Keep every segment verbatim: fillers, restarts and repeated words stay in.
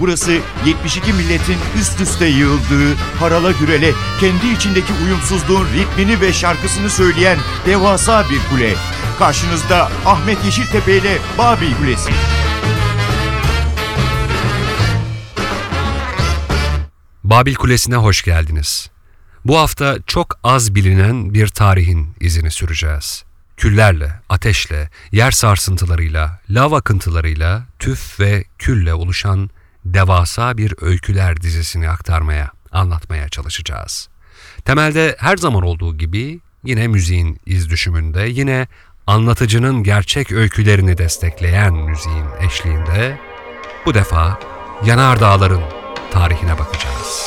Burası yetmiş iki milletin üst üste yığıldığı, harala gürele, kendi içindeki uyumsuzluğun ritmini ve şarkısını söyleyen devasa bir kule. Karşınızda Ahmet Yeşiltepe ile Babil Kulesi. Babil Kulesi'ne hoş geldiniz. Bu hafta çok az bilinen bir tarihin izini süreceğiz. Küllerle, ateşle, yer sarsıntılarıyla, lav akıntılarıyla, tüf ve külle oluşan devasa bir öyküler dizisini aktarmaya, anlatmaya çalışacağız. Temelde her zaman olduğu gibi yine müziğin iz düşümünde, yine anlatıcının gerçek öykülerini destekleyen müziğin eşliğinde bu defa yanardağların tarihine bakacağız.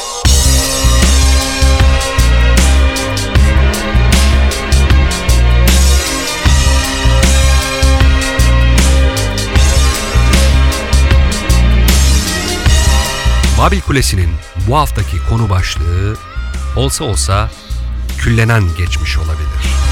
Babil Kulesi'nin bu haftaki konu başlığı olsa olsa küllenen geçmiş olabilir.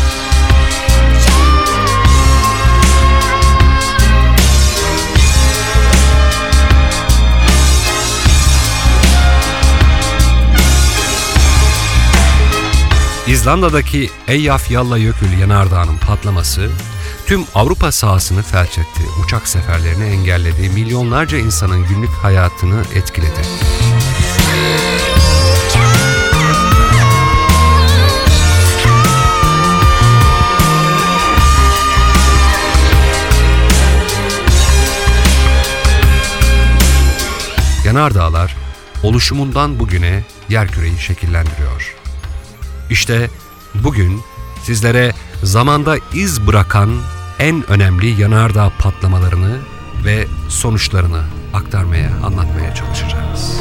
İzlanda'daki Eyjafjallajökull yanardağının patlaması tüm Avrupa sahasını felç etti, uçak seferlerini engelledi, milyonlarca insanın günlük hayatını etkiledi. Yanardağlar oluşumundan bugüne yerküreyi şekillendiriyor. İşte bugün sizlere zamanda iz bırakan en önemli yanardağ patlamalarını ve sonuçlarını aktarmaya, anlatmaya çalışacağız.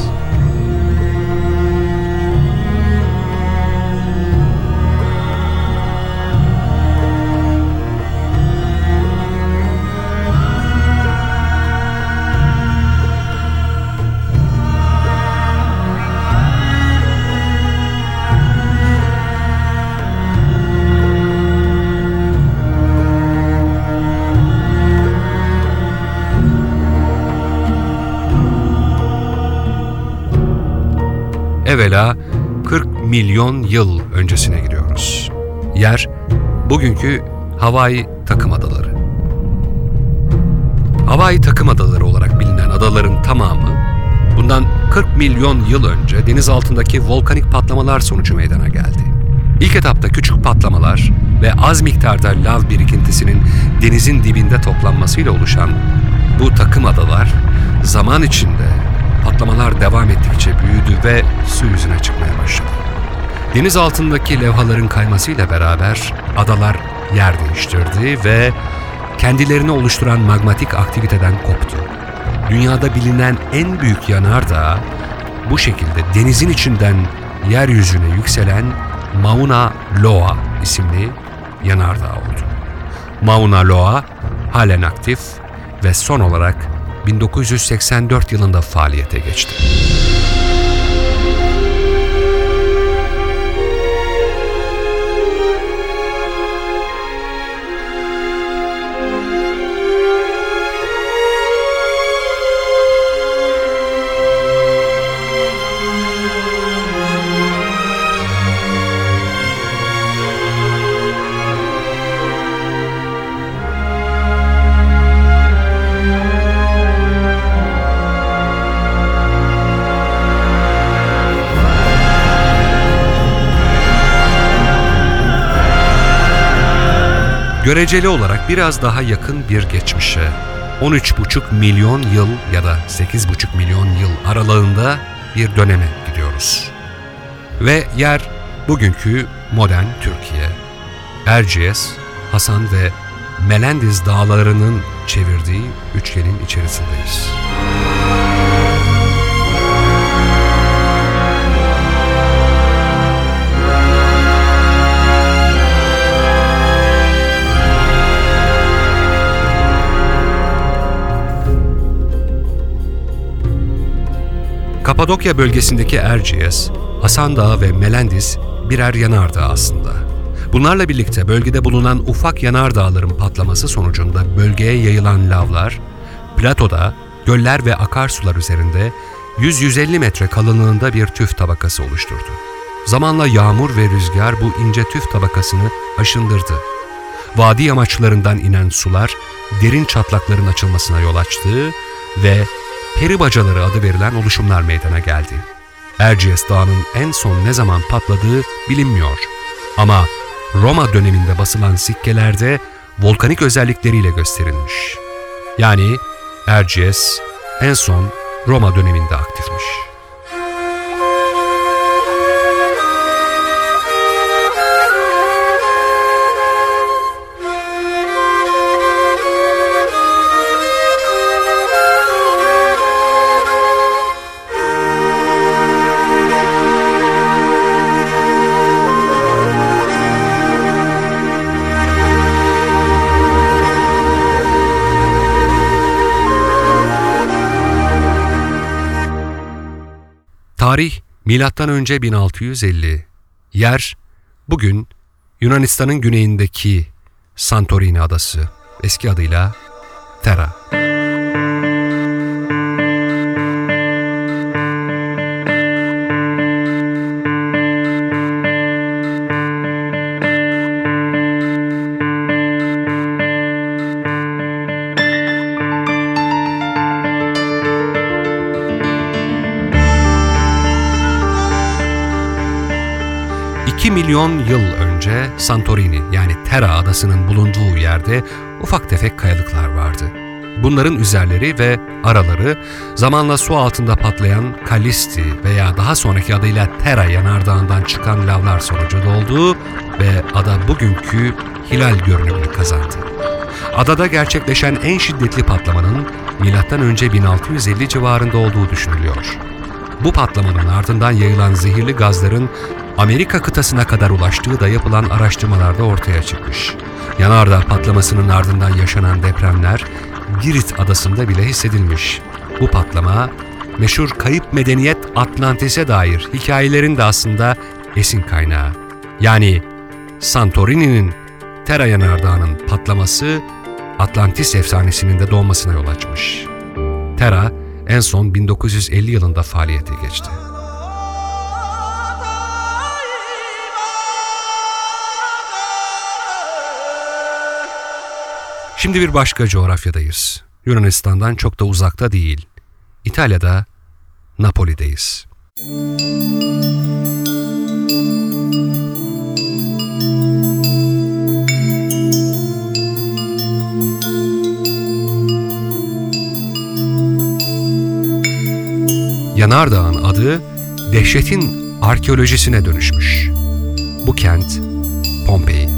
Evvela kırk milyon yıl öncesine gidiyoruz. Yer, bugünkü Hawaii Takım Adaları. Hawaii Takım Adaları olarak bilinen adaların tamamı, bundan kırk milyon yıl önce deniz altındaki volkanik patlamalar sonucu meydana geldi. İlk etapta küçük patlamalar ve az miktarda lav birikintisinin denizin dibinde toplanmasıyla oluşan bu takım adalar, zaman içinde patlamalar devam ettikçe büyüdü ve su yüzüne çıkmaya başladı. Deniz altındaki levhaların kaymasıyla beraber adalar yer değiştirdi ve kendilerini oluşturan magmatik aktiviteden koptu. Dünyada bilinen en büyük yanardağ bu şekilde denizin içinden yeryüzüne yükselen Mauna Loa isimli yanardağ oldu. Mauna Loa halen aktif ve son olarak bin dokuz yüz seksen dört yılında faaliyete geçti. Göreceli olarak biraz daha yakın bir geçmişe, on üç buçuk milyon yıl ya da sekiz buçuk milyon yıl aralığında bir döneme gidiyoruz. Ve yer bugünkü modern Türkiye. Erciyes, Hasan ve Melendiz dağlarının çevirdiği üçgenin içerisindeyiz. Kapadokya bölgesindeki Erciyes, Hasan Dağı ve Melendiz birer yanardağ aslında. Bunlarla birlikte bölgede bulunan ufak yanardağların patlaması sonucunda bölgeye yayılan lavlar, platoda, göller ve akarsular üzerinde yüz yüz elli metre kalınlığında bir tüf tabakası oluşturdu. Zamanla yağmur ve rüzgar bu ince tüf tabakasını aşındırdı. Vadi yamaçlarından inen sular derin çatlakların açılmasına yol açtı ve peri bacaları adı verilen oluşumlar meydana geldi. Erciyes Dağı'nın en son ne zaman patladığı bilinmiyor. Ama Roma döneminde basılan sikkelerde volkanik özellikleriyle gösterilmiş. Yani Erciyes en son Roma döneminde aktifmiş. Tarih milattan önce bin altı yüz elli. Yer bugün Yunanistan'ın güneyindeki Santorini adası, eski adıyla Thera. iki milyon yıl önce Santorini yani Thera adasının bulunduğu yerde ufak tefek kayalıklar vardı. Bunların üzerleri ve araları zamanla su altında patlayan Kalisti veya daha sonraki adıyla Thera yanardağından çıkan lavlar sonucu doldu ve ada bugünkü hilal görünümünü kazandı. Adada gerçekleşen en şiddetli patlamanın milattan önce bin altı yüz elli civarında olduğu düşünülüyor. Bu patlamanın ardından yayılan zehirli gazların Amerika kıtasına kadar ulaştığı da yapılan araştırmalarda ortaya çıkmış. Yanardağ patlamasının ardından yaşanan depremler Girit adasında bile hissedilmiş. Bu patlama meşhur kayıp medeniyet Atlantis'e dair hikayelerin de aslında esin kaynağı. Yani Santorini'nin Thera yanardağının patlaması Atlantis efsanesinin de doğmasına yol açmış. Thera en son bin dokuz yüz elli yılında faaliyete geçti. Şimdi bir başka coğrafyadayız. Yunanistan'dan çok da uzakta değil. İtalya'da, Napoli'deyiz. Yanardağ'ın adı dehşetin arkeolojisine dönüşmüş. Bu kent Pompei.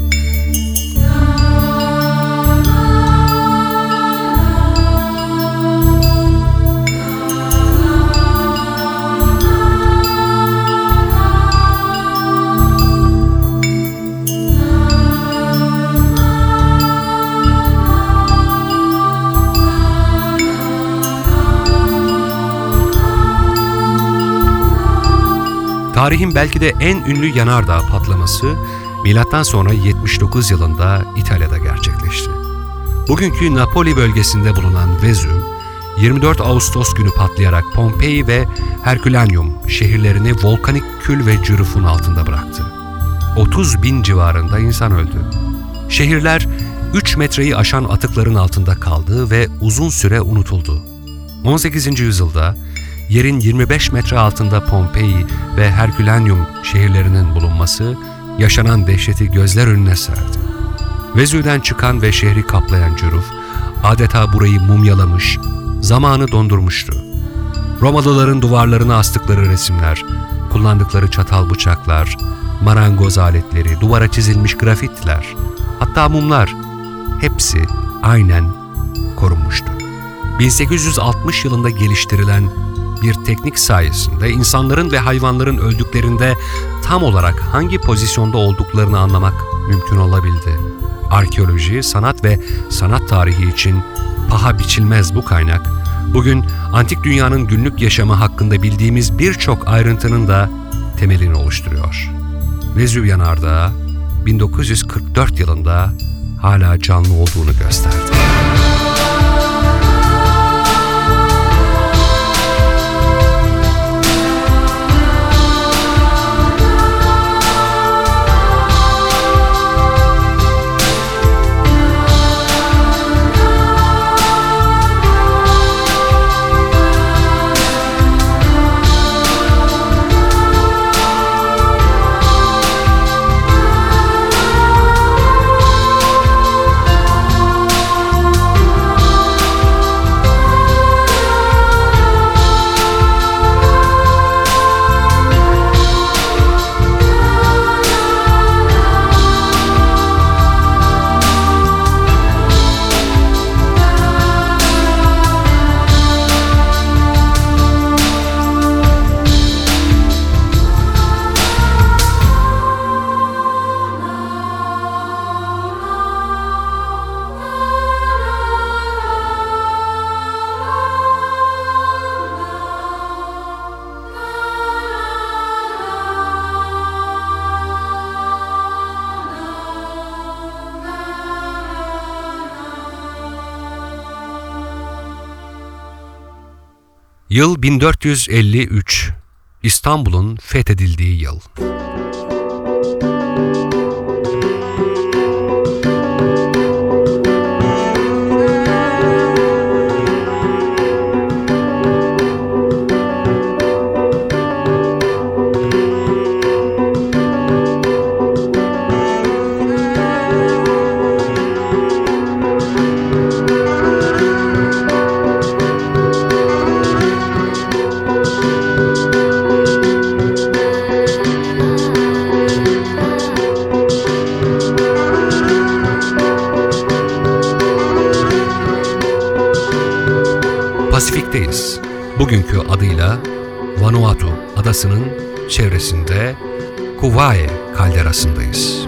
Tarihin belki de en ünlü yanardağ patlaması milattan sonra yetmiş dokuz yılında İtalya'da gerçekleşti. Bugünkü Napoli bölgesinde bulunan Vezüv, yirmi dört Ağustos günü patlayarak Pompei ve Herculaneum şehirlerini volkanik kül ve cürufun altında bıraktı. otuz bin civarında insan öldü. Şehirler üç metreyi aşan atıkların altında kaldı ve uzun süre unutuldu. on sekizinci yüzyılda yerin yirmi beş metre altında Pompei ve Herculaneum şehirlerinin bulunması yaşanan dehşeti gözler önüne serdi. Vezüv'den çıkan ve şehri kaplayan cüruf adeta burayı mumyalamış, zamanı dondurmuştu. Romalıların duvarlarına astıkları resimler, kullandıkları çatal bıçaklar, marangoz aletleri, duvara çizilmiş grafitler, hatta mumlar hepsi aynen korunmuştu. bin sekiz yüz altmış yılında geliştirilen bir teknik sayesinde insanların ve hayvanların öldüklerinde tam olarak hangi pozisyonda olduklarını anlamak mümkün olabildi. Arkeoloji, sanat ve sanat tarihi için paha biçilmez bu kaynak, bugün antik dünyanın günlük yaşamı hakkında bildiğimiz birçok ayrıntının da temelini oluşturuyor. Vezüv yanardağı bin dokuz yüz kırk dört yılında hala canlı olduğunu gösterdi. Yıl bin dört yüz elli üç, İstanbul'un fethedildiği yıl. Pasifik'teyiz. Bugünkü adıyla Vanuatu adasının çevresinde Kauai kalderasındayız.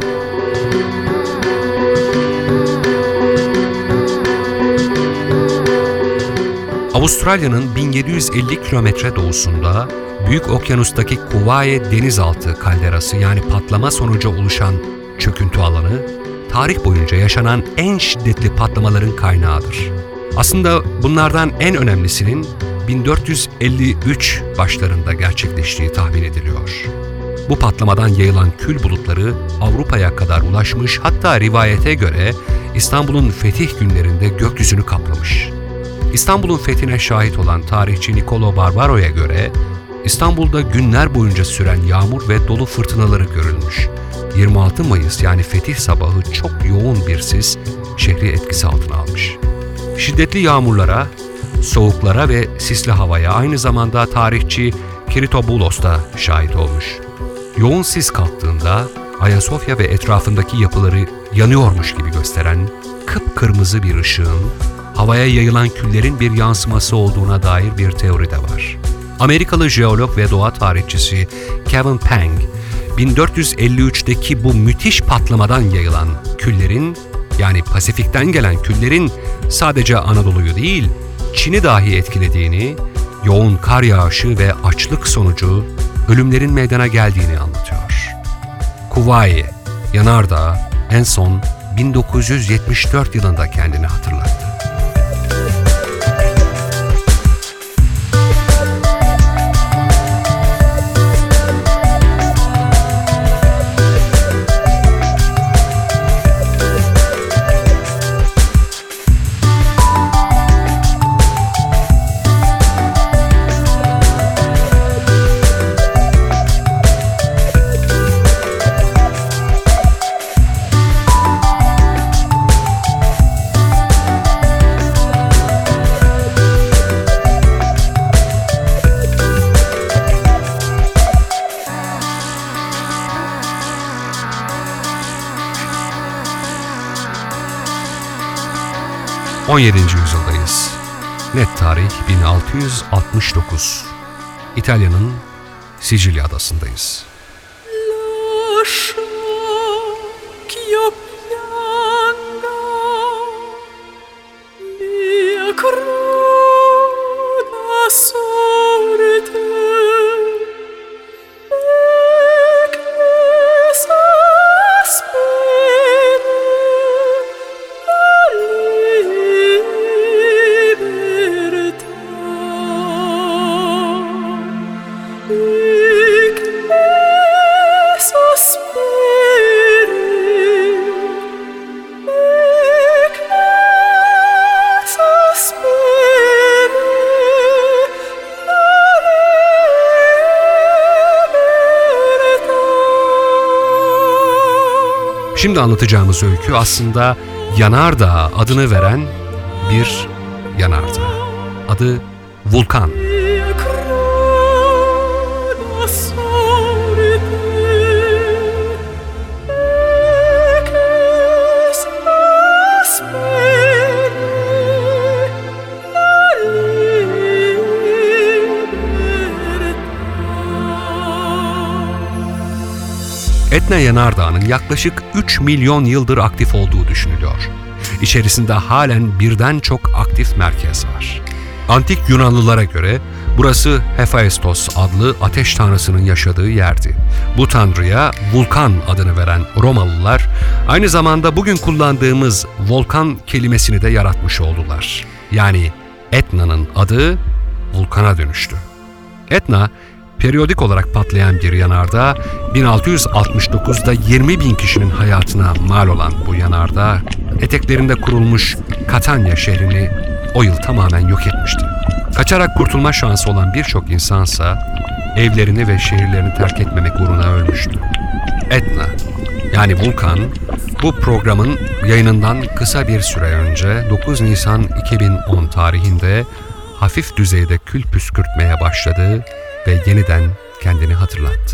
Avustralya'nın bin yedi yüz elli kilometre doğusunda Büyük Okyanus'taki Kauai denizaltı kalderası yani patlama sonucu oluşan çöküntü alanı, tarih boyunca yaşanan en şiddetli patlamaların kaynağıdır. Aslında bunlardan en önemlisinin bin dört yüz elli üç başlarında gerçekleştiği tahmin ediliyor. Bu patlamadan yayılan kül bulutları Avrupa'ya kadar ulaşmış, hatta rivayete göre İstanbul'un fetih günlerinde gökyüzünü kaplamış. İstanbul'un fethine şahit olan tarihçi Niccolò Barbaro'ya göre İstanbul'da günler boyunca süren yağmur ve dolu fırtınaları görülmüş. yirmi altı Mayıs yani fetih sabahı çok yoğun bir sis şehri etkisi altına almış. Şiddetli yağmurlara, soğuklara ve sisli havaya aynı zamanda tarihçi Kiritoboulos da şahit olmuş. Yoğun sis kalktığında Ayasofya ve etrafındaki yapıları yanıyormuş gibi gösteren kıpkırmızı bir ışığın havaya yayılan küllerin bir yansıması olduğuna dair bir teori de var. Amerikalı jeolog ve doğa tarihçisi Kevin Pang, bin dört yüz elli üçteki bu müthiş patlamadan yayılan küllerin, yani Pasifik'ten gelen küllerin sadece Anadolu'yu değil, Çin'i dahi etkilediğini, yoğun kar yağışı ve açlık sonucu ölümlerin meydana geldiğini anlatıyor. Kauai, yanardağ en son bin dokuz yüz yetmiş dört yılında kendini hatırlattı. on yedinci yüzyıldayız. Net tarih bin altı yüz altmış dokuz. İtalya'nın Sicilya adasındayız. Şimdi anlatacağımız öykü aslında Yanardağ adını veren bir yanardağ. Adı Vulkan. Etna Yanardağı'nın yaklaşık üç milyon yıldır aktif olduğu düşünülüyor. İçerisinde halen birden çok aktif merkez var. Antik Yunanlılara göre burası Hephaistos adlı ateş tanrısının yaşadığı yerdi. Bu tanrıya Vulkan adını veren Romalılar aynı zamanda bugün kullandığımız volkan kelimesini de yaratmış oldular. Yani Etna'nın adı vulkana dönüştü. Etna, periyodik olarak patlayan bir yanardağ, bin altı yüz altmış dokuzda yirmi bin kişinin hayatına mal olan bu yanardağ, eteklerinde kurulmuş Catania şehrini o yıl tamamen yok etmişti. Kaçarak kurtulma şansı olan birçok insansa evlerini ve şehirlerini terk etmemek uğruna ölmüştü. Etna, yani vulkan, bu programın yayınından kısa bir süre önce dokuz Nisan iki bin on tarihinde hafif düzeyde kül püskürtmeye başladı ve yeniden kendini hatırlattı.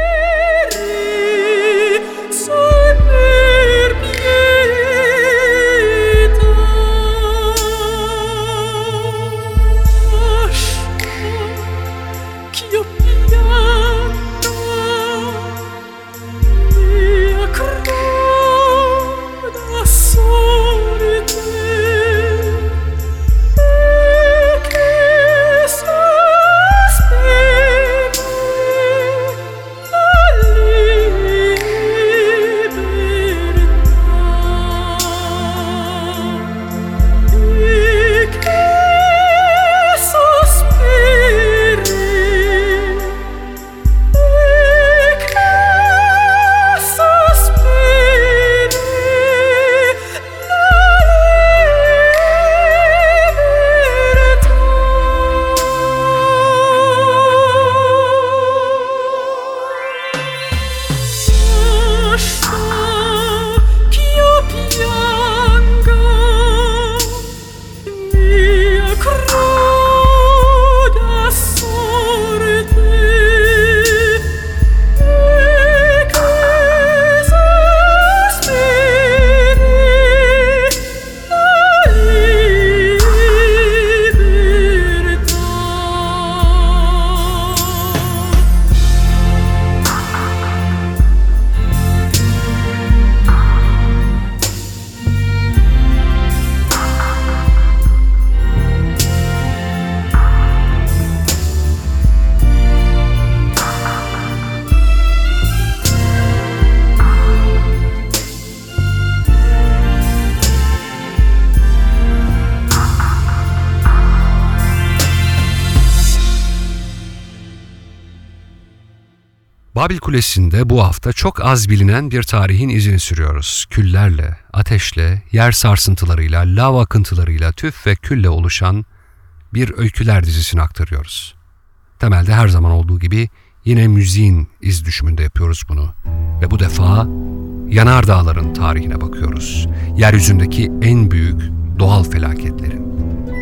Babil Kulesi'nde bu hafta çok az bilinen bir tarihin izini sürüyoruz. Küllerle, ateşle, yer sarsıntılarıyla, lav akıntılarıyla, tüf ve külle oluşan bir öyküler dizisini aktarıyoruz. Temelde her zaman olduğu gibi yine müziğin iz düşümünde yapıyoruz bunu. Ve bu defa yanardağların tarihine bakıyoruz. Yeryüzündeki en büyük doğal felaketlerin.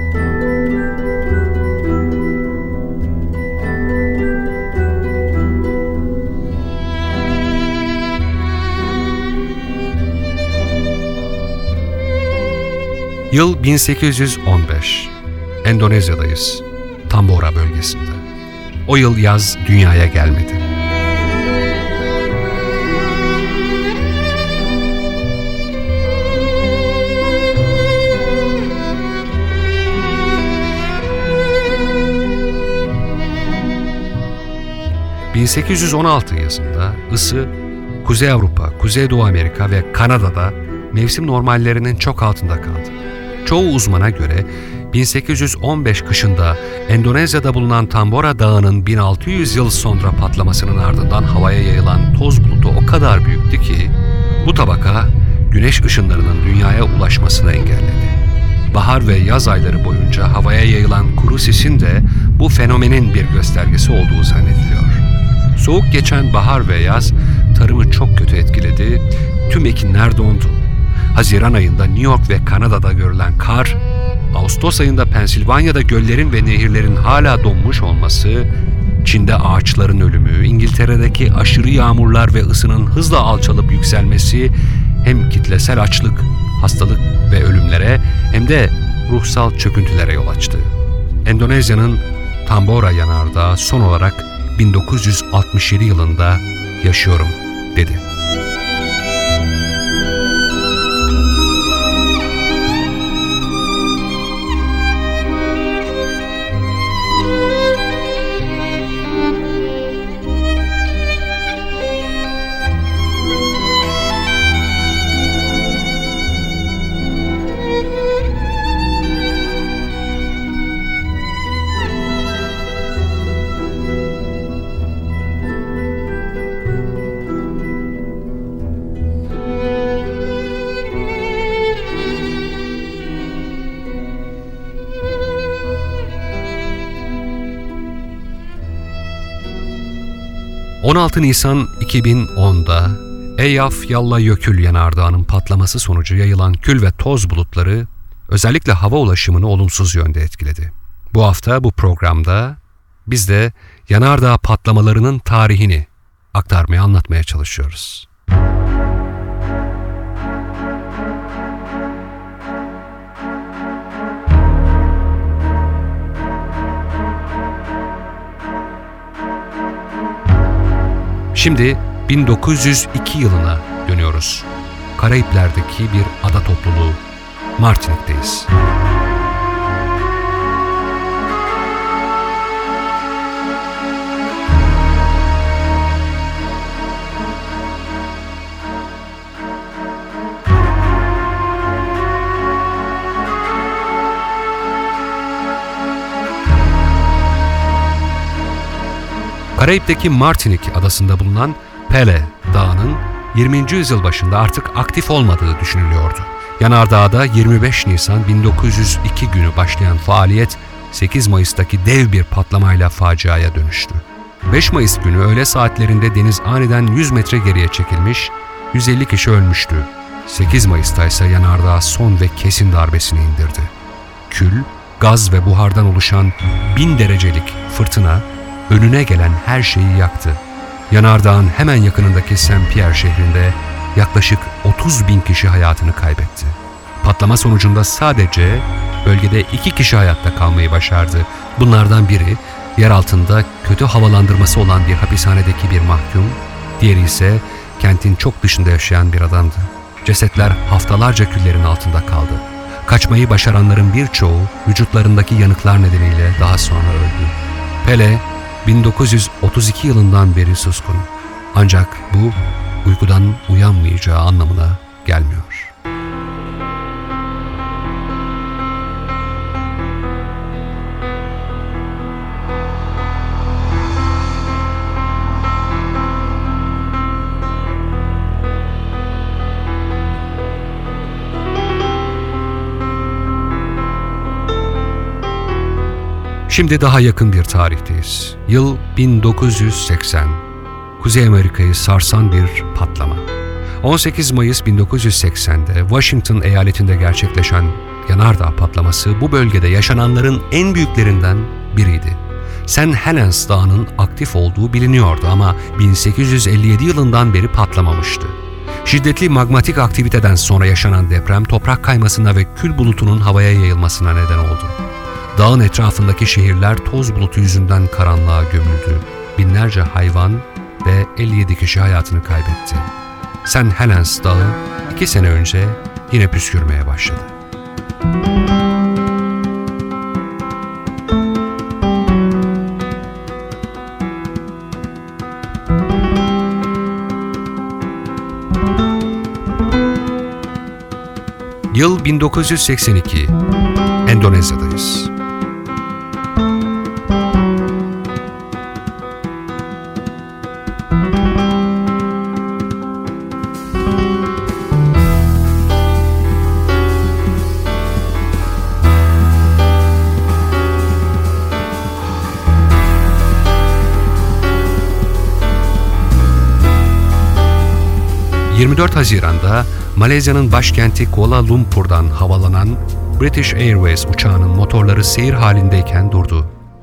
Yıl bin sekiz yüz on beş. Endonezya'dayız. Tambora bölgesinde. O yıl yaz dünyaya gelmedi. bin sekiz yüz on altı yazında ısı Kuzey Avrupa, Kuzeydoğu Amerika ve Kanada'da mevsim normallerinin çok altında kaldı. Çoğu uzmana göre bin sekiz yüz on beş kışında Endonezya'da bulunan Tambora Dağı'nın bin altı yüz yıl sonra patlamasının ardından havaya yayılan toz bulutu o kadar büyüktü ki bu tabaka güneş ışınlarının dünyaya ulaşmasını engelledi. Bahar ve yaz ayları boyunca havaya yayılan kuru sisin de bu fenomenin bir göstergesi olduğu zannediliyor. Soğuk geçen bahar ve yaz tarımı çok kötü etkiledi, tüm ekinler dondu. Haziran ayında New York ve Kanada'da görülen kar, Ağustos ayında Pensilvanya'da göllerin ve nehirlerin hala donmuş olması, Çin'de ağaçların ölümü, İngiltere'deki aşırı yağmurlar ve ısının hızla alçalıp yükselmesi hem kitlesel açlık, hastalık ve ölümlere hem de ruhsal çöküntülere yol açtı. Endonezya'nın Tambora yanardağı son olarak bin dokuz yüz altmış yedi yılında yaşıyorum dedi. on altı Nisan iki bin onda Eyjafjallajökull yanardağının patlaması sonucu yayılan kül ve toz bulutları özellikle hava ulaşımını olumsuz yönde etkiledi. Bu hafta bu programda biz de yanardağ patlamalarının tarihini aktarmaya, anlatmaya çalışıyoruz. Şimdi bin dokuz yüz iki yılına dönüyoruz. Karayipler'deki bir ada topluluğu Martinik'teyiz. Karayip'teki Martinik adasında bulunan Pele Dağı'nın yirminci yüzyıl başında artık aktif olmadığı düşünülüyordu. Yanardağ'da yirmi beş Nisan bin dokuz yüz iki günü başlayan faaliyet sekiz Mayıs'taki dev bir patlamayla faciaya dönüştü. beş Mayıs günü öğle saatlerinde deniz aniden yüz metre geriye çekilmiş, yüz elli kişi ölmüştü. sekiz Mayıs'ta ise yanardağ son ve kesin darbesini indirdi. Kül, gaz ve buhardan oluşan bin derecelik fırtına önüne gelen her şeyi yaktı. Yanardağın hemen yakınındaki Saint-Pierre şehrinde yaklaşık otuz bin kişi hayatını kaybetti. Patlama sonucunda sadece bölgede iki kişi hayatta kalmayı başardı. Bunlardan biri yer altında kötü havalandırması olan bir hapishanedeki bir mahkum, diğeri ise kentin çok dışında yaşayan bir adamdı. Cesetler haftalarca küllerin altında kaldı. Kaçmayı başaranların birçoğu vücutlarındaki yanıklar nedeniyle daha sonra öldü. Pele, bin dokuz yüz otuz iki yılından beri suskun. Ancak bu uykudan uyanmayacağı anlamına gelmiyor. Şimdi daha yakın bir tarihteyiz. Yıl bin dokuz yüz seksen. Kuzey Amerika'yı sarsan bir patlama. on sekiz Mayıs bin dokuz yüz seksende Washington eyaletinde gerçekleşen yanardağ patlaması bu bölgede yaşananların en büyüklerinden biriydi. Saint Helens Dağı'nın aktif olduğu biliniyordu ama bin sekiz yüz elli yedi yılından beri patlamamıştı. Şiddetli magmatik aktiviteden sonra yaşanan deprem toprak kaymasına ve kül bulutunun havaya yayılmasına neden oldu. Dağın etrafındaki şehirler toz bulutu yüzünden karanlığa gömüldü. Binlerce hayvan ve elli yedi kişi hayatını kaybetti. Saint Helens Dağı iki sene önce yine püskürmeye başladı. Yıl bin dokuz yüz seksen iki. Endonezya'dayız. yirmi dört Haziran'da Malezya'nın başkenti Kuala Lumpur'dan havalanan British Airways uçağının motorları seyir halindeyken durdu.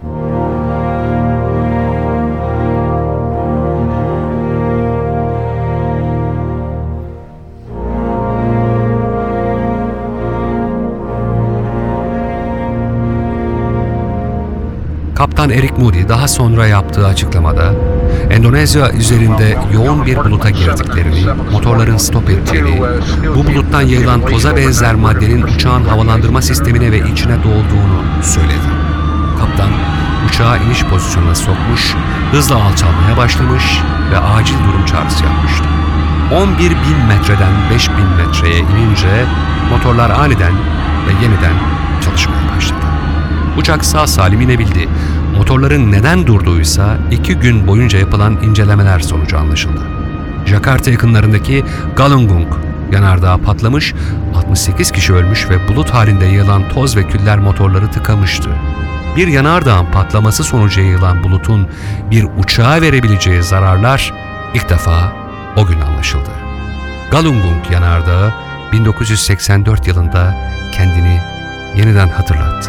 Kaptan Eric Moody daha sonra yaptığı açıklamada, Endonezya üzerinde yoğun bir buluta girdiklerini, motorların stop ettiğini, bu buluttan yayılan toza benzer maddenin uçağın havalandırma sistemine ve içine dolduğunu söyledi. Kaptan, uçağı iniş pozisyonuna sokmuş, hızla alçalmaya başlamış ve acil durum çağrısı yapmıştı. on bir bin metreden beş bin metreye inince motorlar aniden ve yeniden çalışmaya başladı. Uçak sağ salim inebildi. Motorların neden durduysa iki gün boyunca yapılan incelemeler sonucu anlaşıldı. Jakarta yakınlarındaki Galunggung yanardağı patlamış, altmış sekiz kişi ölmüş ve bulut halinde yayılan toz ve küller motorları tıkamıştı. bir yanardağın patlaması sonucu yayılan bulutun bir uçağa verebileceği zararlar ilk defa o gün anlaşıldı. Galunggung yanardağı bin dokuz yüz seksen dört yılında kendini yeniden hatırlattı.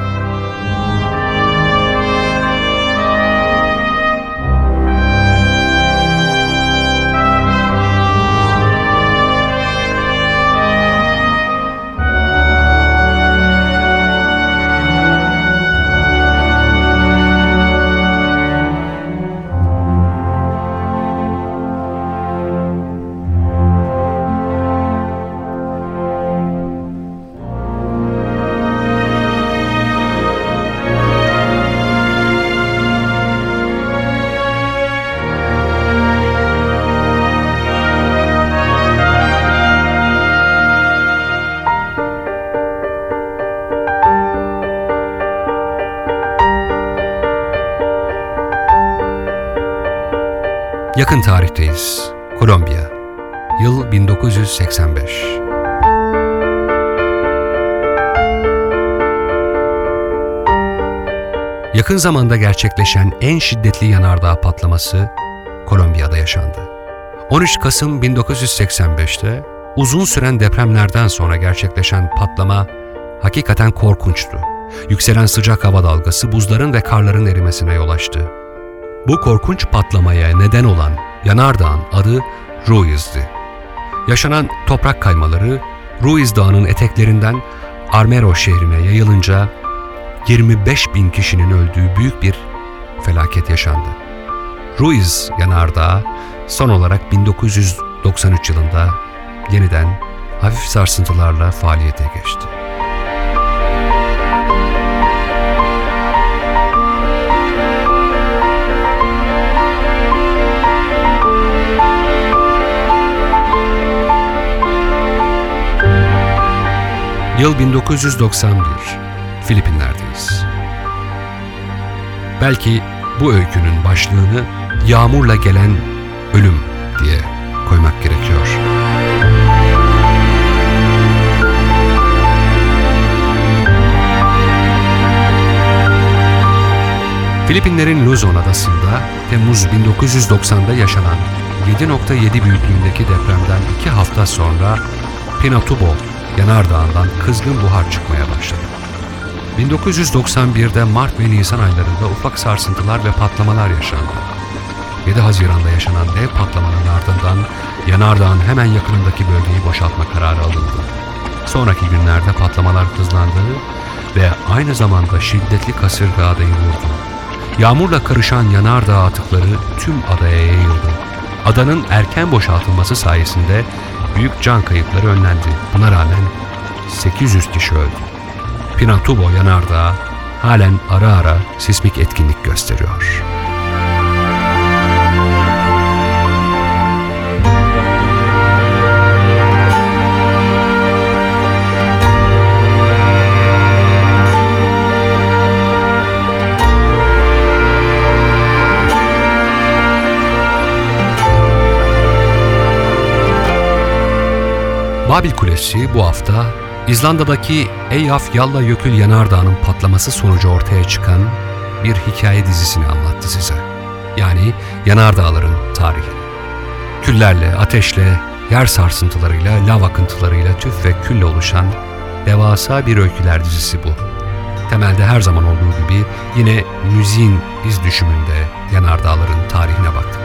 Yakın tarihteyiz. Kolombiya. Yıl bin dokuz yüz seksen beş. Yakın zamanda gerçekleşen en şiddetli yanardağ patlaması Kolombiya'da yaşandı. on üç Kasım bin dokuz yüz seksen beşte uzun süren depremlerden sonra gerçekleşen patlama hakikaten korkunçtu. Yükselen sıcak hava dalgası buzların ve karların erimesine yol açtı. Bu korkunç patlamaya neden olan yanardağın adı Ruiz'di. Yaşanan toprak kaymaları Ruiz Dağı'nın eteklerinden Armero şehrine yayılınca yirmi beş bin kişinin öldüğü büyük bir felaket yaşandı. Ruiz yanardağı son olarak bin dokuz yüz doksan üç yılında yeniden hafif sarsıntılarla faaliyete geçti. Yıl bin dokuz yüz doksan bir. Filipinler'deyiz. Belki bu öykünün başlığını yağmurla gelen ölüm diye koymak gerekiyor. Filipinlerin Luzon adasında Temmuz bin dokuz yüz doksanda yaşanan yedi nokta yedi büyüklüğündeki depremden iki hafta sonra Pinatubo yanardağından kızgın buhar çıkmaya başladı. bin dokuz yüz doksan birde Mart ve Nisan aylarında ufak sarsıntılar ve patlamalar yaşandı. yedi Haziran'da yaşanan dev patlamanın ardından yanardağın hemen yakınındaki bölgeyi boşaltma kararı alındı. Sonraki günlerde patlamalar hızlandı ve aynı zamanda şiddetli kasırga adayı vurdu. Yağmurla karışan yanardağ atıkları tüm adaya yayıldı. Adanın erken boşaltılması sayesinde büyük can kayıpları önlendi. Buna rağmen sekiz yüz kişi öldü. Pinatubo yanardağı halen ara ara sismik etkinlik gösteriyor. Babil Kulesi bu hafta İzlanda'daki Eyjafjallajökull yanardağının patlaması sonucu ortaya çıkan bir hikaye dizisini anlattı size. Yani yanardağların tarihi. Küllerle, ateşle, yer sarsıntılarıyla, lav akıntılarıyla, tüf ve külle oluşan devasa bir öyküler dizisi bu. Temelde her zaman olduğu gibi yine müziğin iz düşümünde yanardağların tarihine baktık.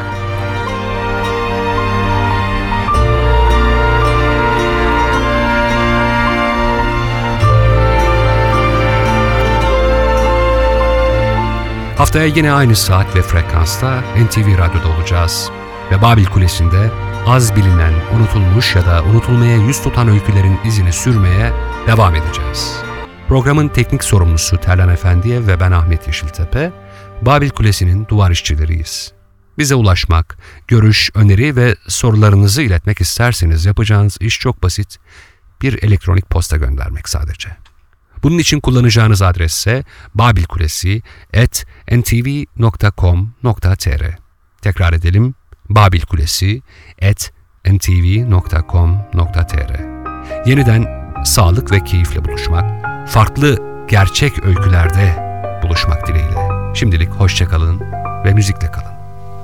Haftaya yine aynı saat ve frekansta N T V Radyo'da olacağız ve Babil Kulesi'nde az bilinen, unutulmuş ya da unutulmaya yüz tutan öykülerin izini sürmeye devam edeceğiz. Programın teknik sorumlusu Terlan Efendi'ye ve ben Ahmet Yeşiltepe, Babil Kulesi'nin duvar işçileriyiz. Bize ulaşmak, görüş, öneri ve sorularınızı iletmek isterseniz yapacağınız iş çok basit, bir elektronik posta göndermek sadece. Bunun için kullanacağınız adres ise babilkulesi at n t v nokta com nokta t r. Tekrar edelim, babilkulesi at n t v nokta com nokta t r. Yeniden sağlık ve keyifle buluşmak, farklı gerçek öykülerde buluşmak buluşmak dileğiyle. Şimdilik hoşça kalın ve müzikle kalın.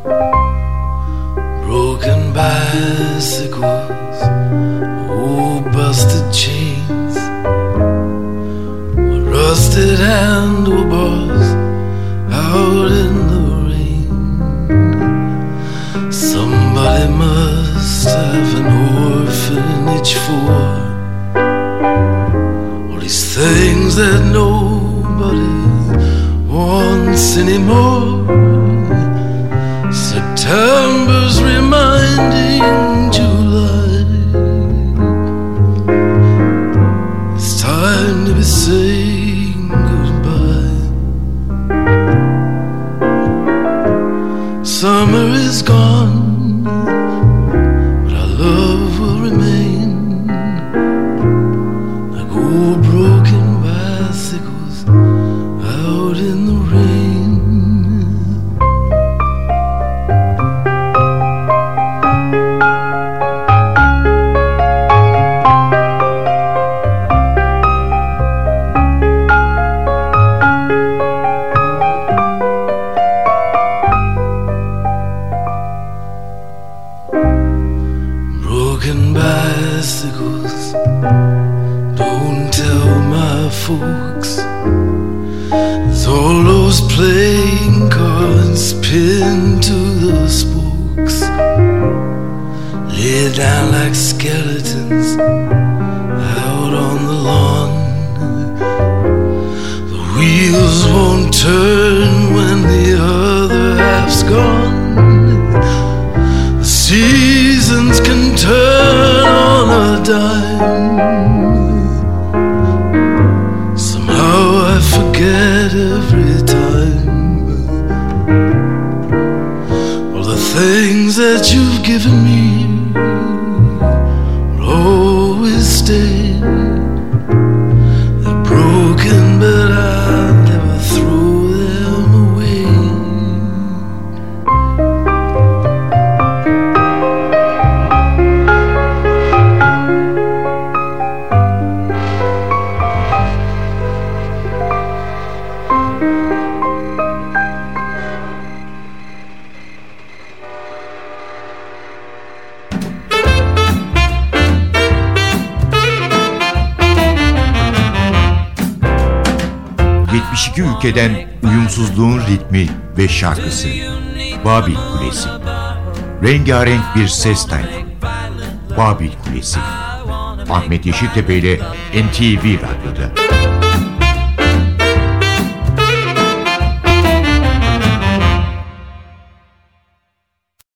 Broken bicycles, old busted chains, rusted handlebars out in the rain. Somebody must have an orphanage for all these things that nobody wants anymore. September's reminding July it's time to be saying goodbye. Summer is gone, but our love will remain like old broken bicycles out in the rain. Broken bicycles, don't tell my folks. There's all those playing cards pinned to the spokes, laid down like skeletons out on the lawn. The wheels won't turn when the other half's gone. The seasons can turn on a dime. Somehow I forget every time all the things that you've given me will always stay. They're broken, but I'll never throw them away. yetmiş iki ülkeden uyumsuzluğun ritmi ve şarkısı. Babil Kulesi. Rengarenk bir ses tayfı. Babil Kulesi. Ahmet Yeşiltepe ile N T V Radyo'da.